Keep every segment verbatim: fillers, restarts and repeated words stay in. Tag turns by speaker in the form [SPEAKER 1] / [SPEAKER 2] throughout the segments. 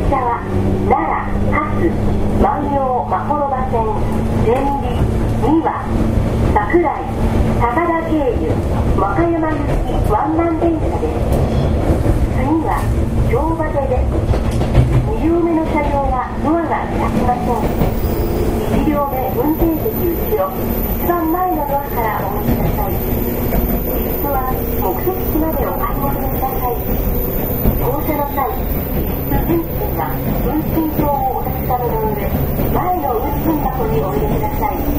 [SPEAKER 1] 車は奈良発万葉まほろば線千里には桜井高田経由和歌山行きワンマン電車です。次は京バテです。に両目の車両はドアが開きません。いち両目運転席後ろ一番前のドアからお降りください。切符は目的地までお買い求めください。降車の際、切符運賃は運賃表をお確かめの上、前の運賃箱にお入れください。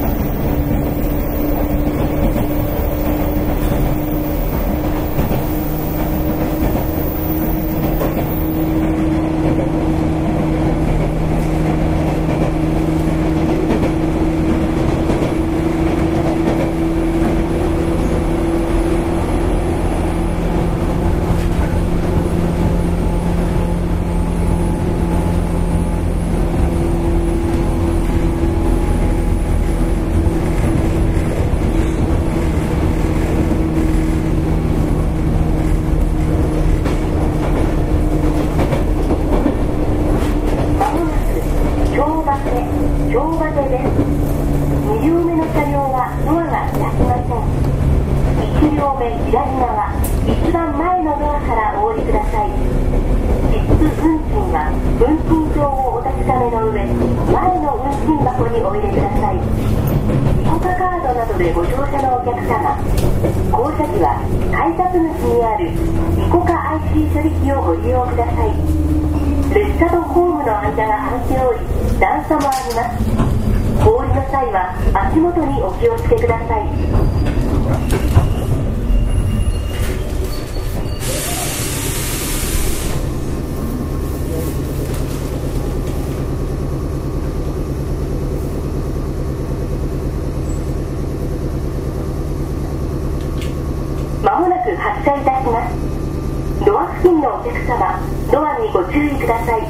[SPEAKER 1] 足元にお気をつけください。まもなく発車いたします。ドア付近のお客様、ドアにご注意ください。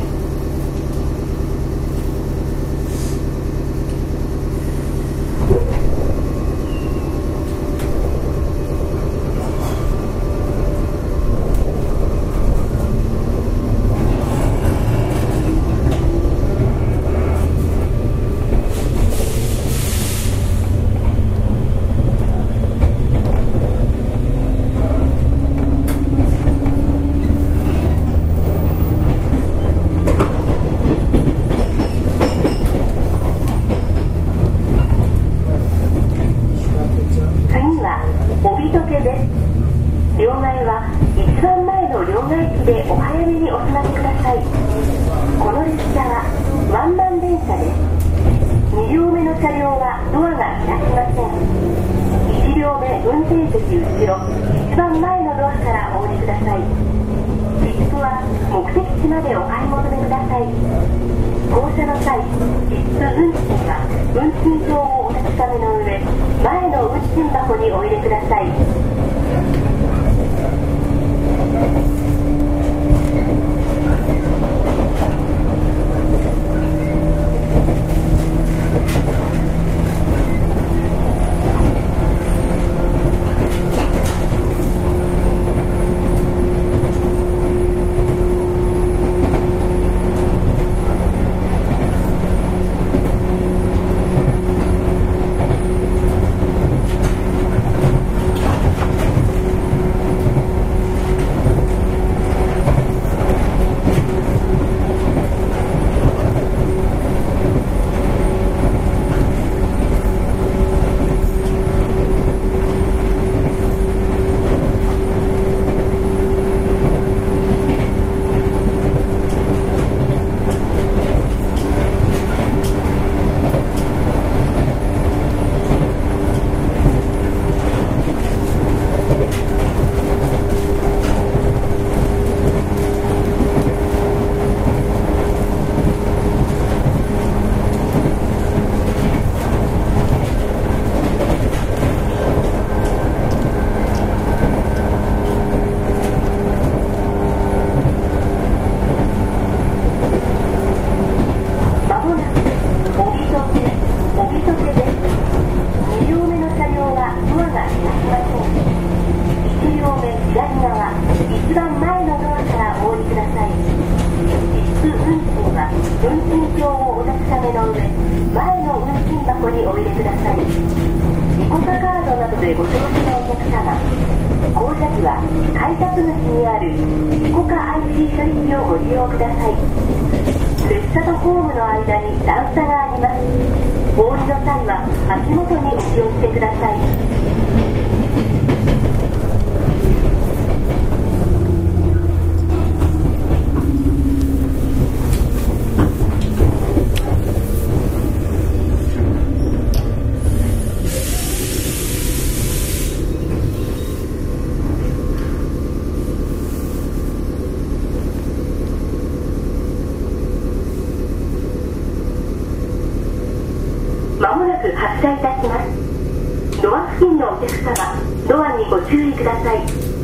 [SPEAKER 1] 納めの上、前の運賃箱にお入れください。リコカカードなどでご乗車のお客様、降車時は改札口にあるリコカ アイシー 処理機をご利用ください。列車とホームの間に段差があります。お降りの際は足元にお気をつけください。まもなく発車いたします。ドア付近のお客様、ドアにご注意ください。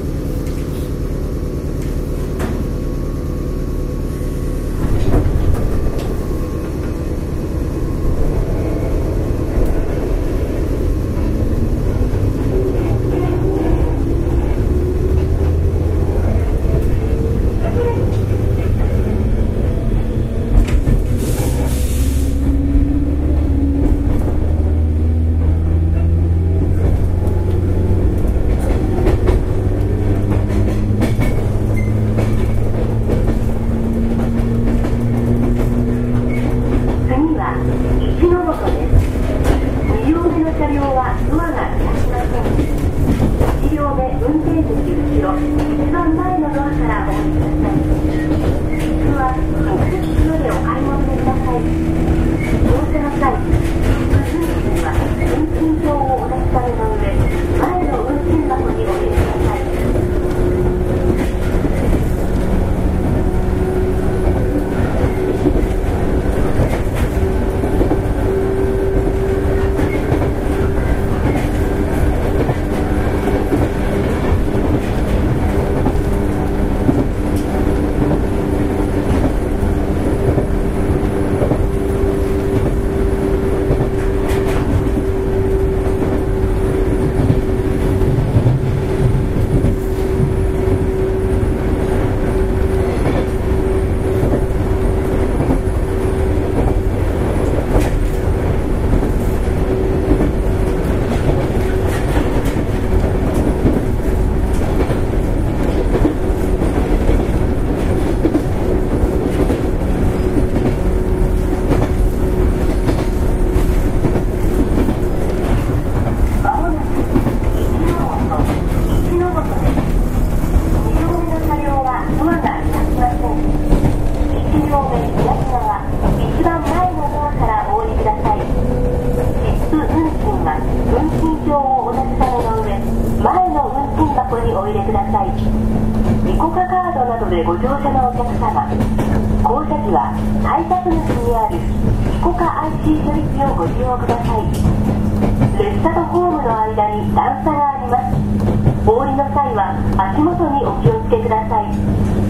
[SPEAKER 1] でご乗車のお客様、降車時は改札口にあるリコカ アイシー 処理機をご利用ください。列車とホームの間に段差があります。お降りの際は足元にお気をつけください。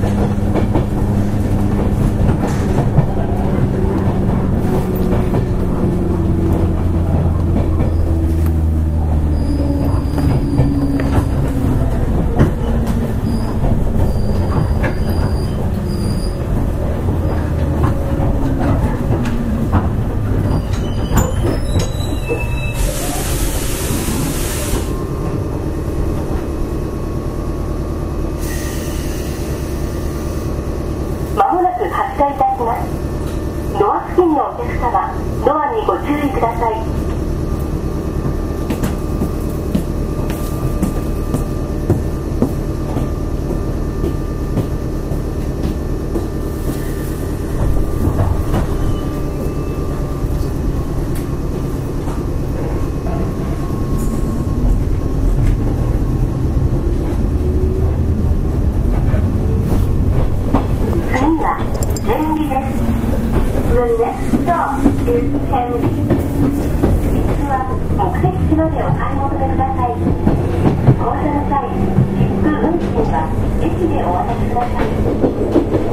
[SPEAKER 1] 発車いたします。ドア付近のお客様、ドアにご注意ください。The next stop is Henry. 切符は目的地までお買い求めください。降車の際、切符運賃は駅でお渡しください。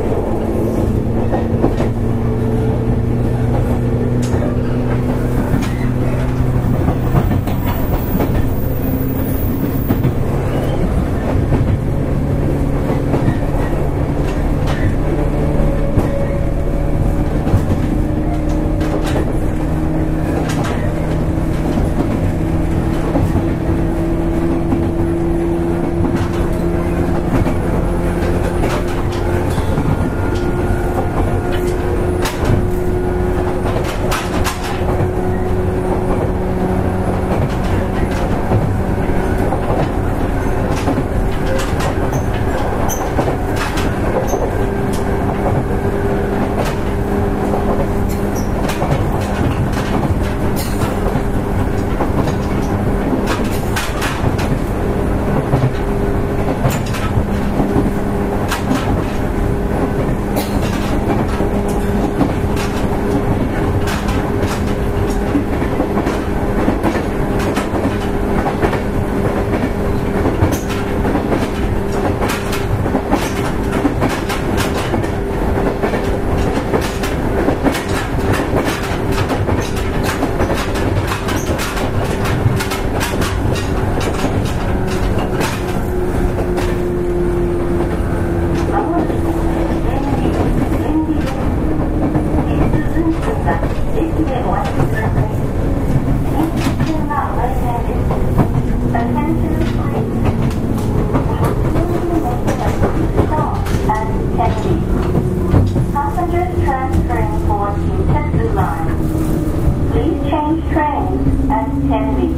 [SPEAKER 1] Henry。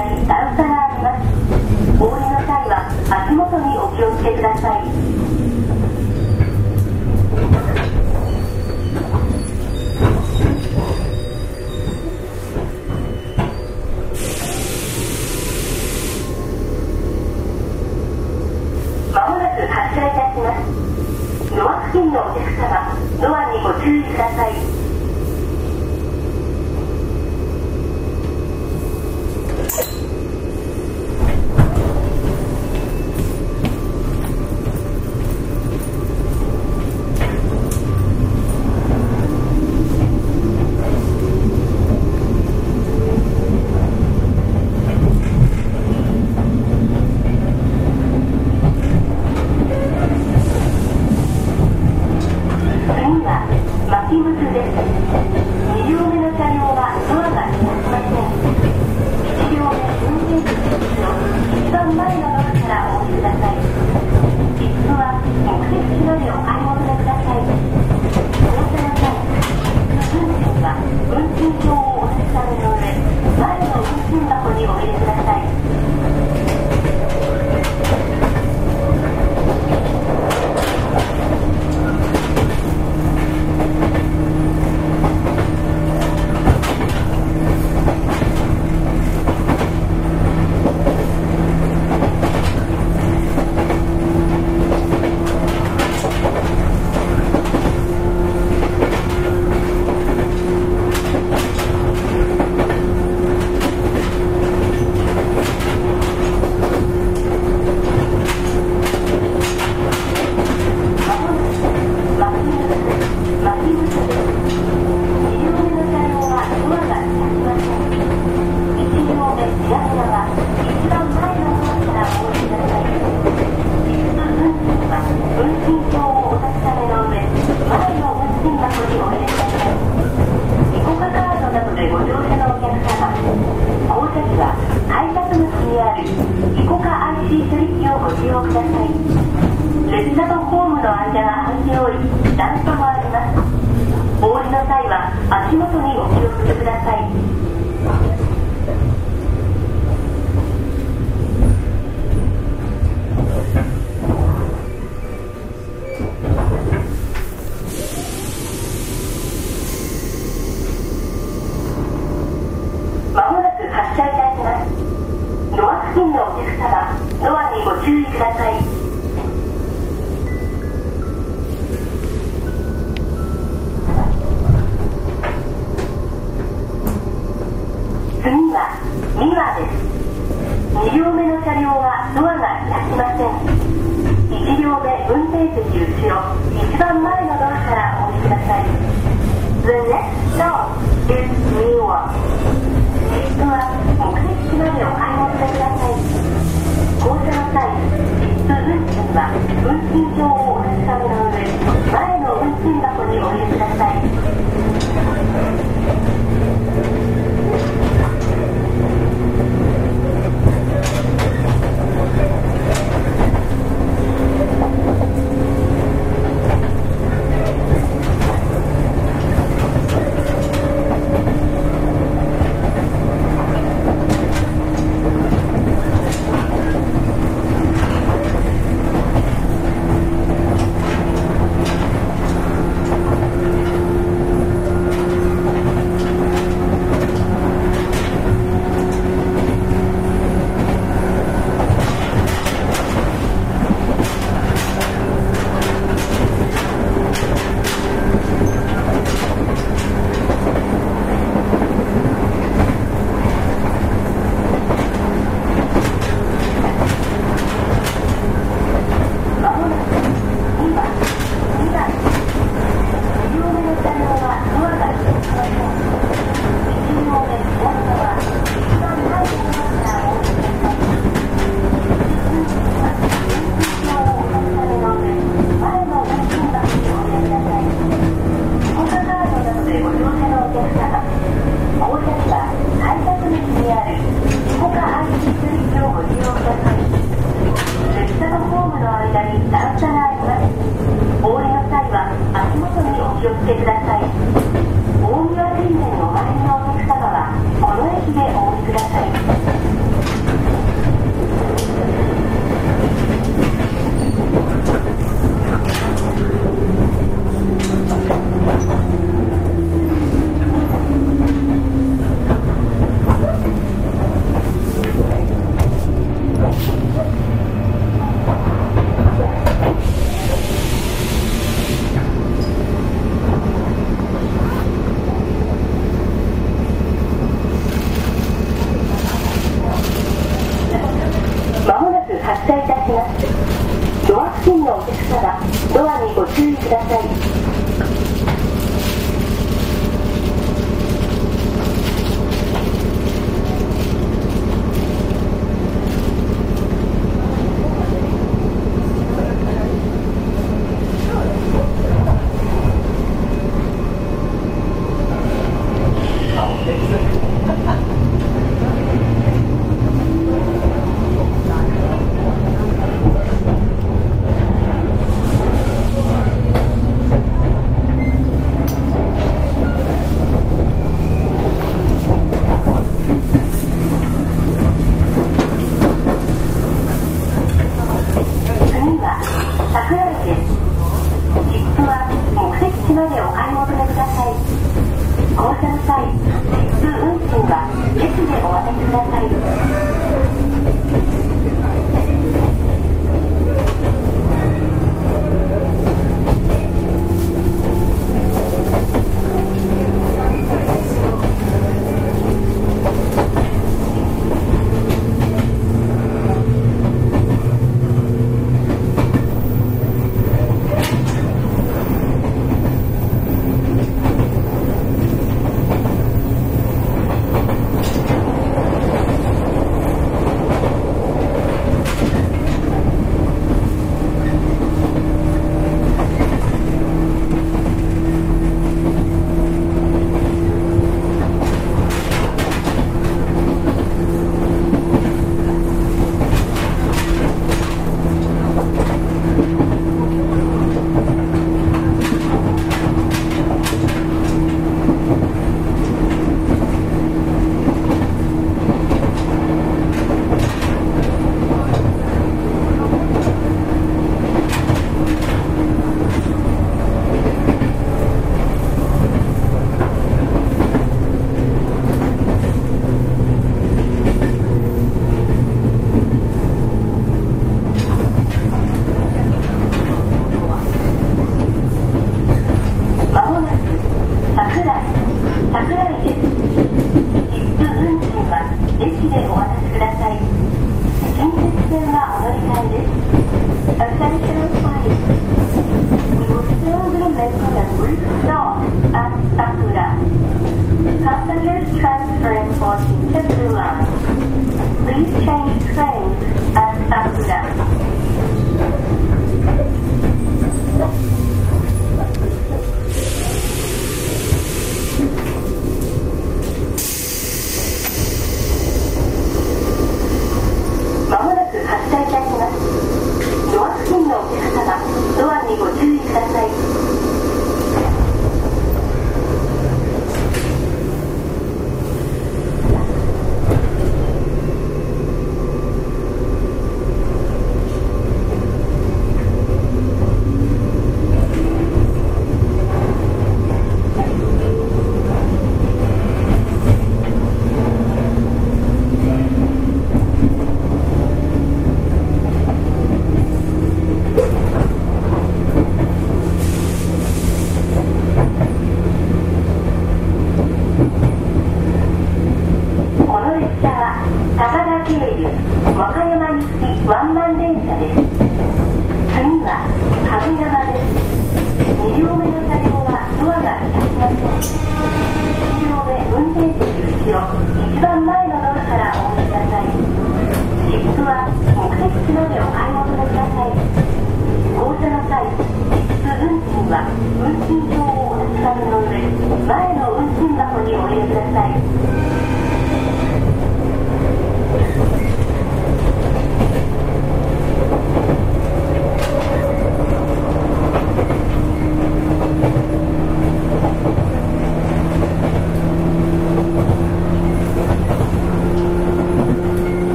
[SPEAKER 1] に段差があります。お降りの際は足元にお気をつけください。まもなく発車いたします。ドア付近のお客様、ドアにご注意ください。足元にお気をつけください。まもなく発車いたします。ドア付近のお客様、ドアにご注意ください。次はミワです。に両目の車両はドアが開きません。いち両目運転席後ろ一番前のドアからお降りください。 The next stop is Miwa。 切符は目的地までお買い求めください。降車の際、切符運賃は運賃表をお確かめの上、前の運賃箱にお入れください。 たします。ドア付近のお客様、ドアにご注意ください。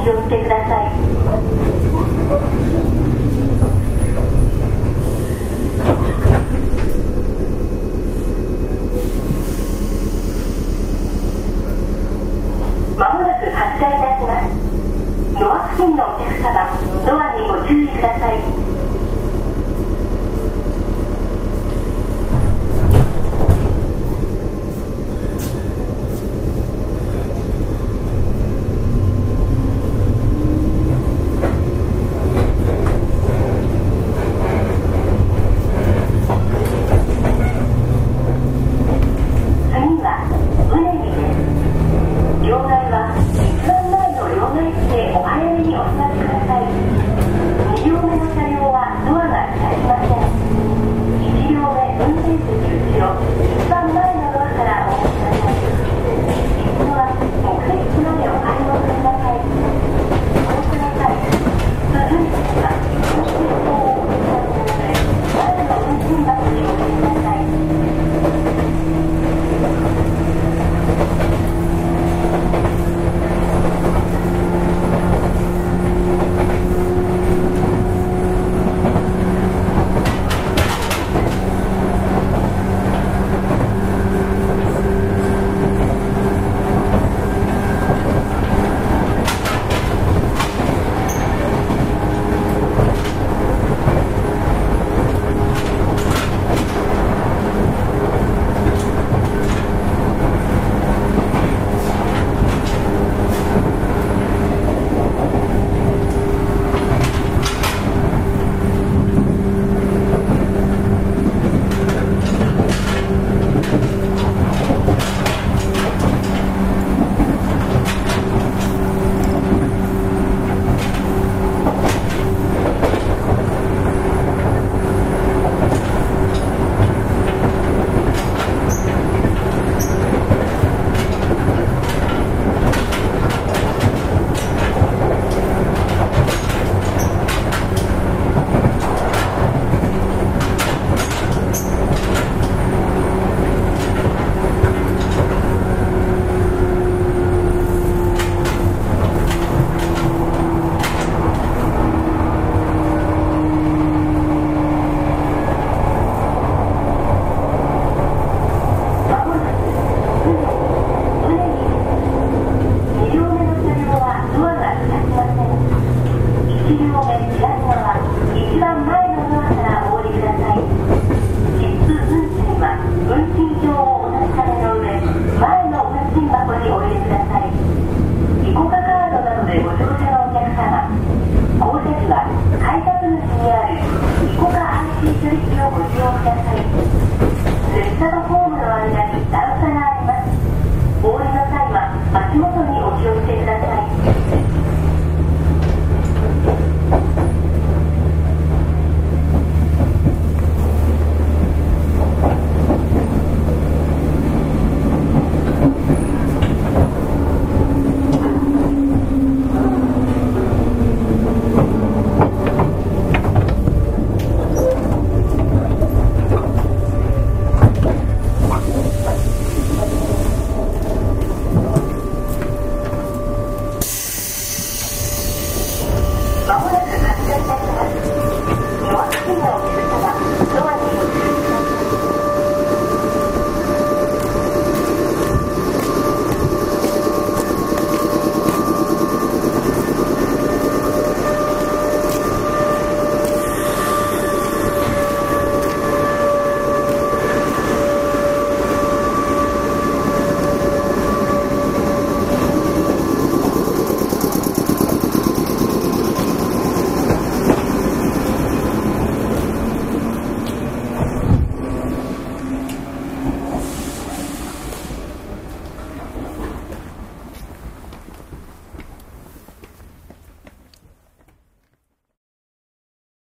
[SPEAKER 1] 気をつけください。まもなく発車いたします。ドア付近のお客様、ドアにご注意ください。列車とホームの間に段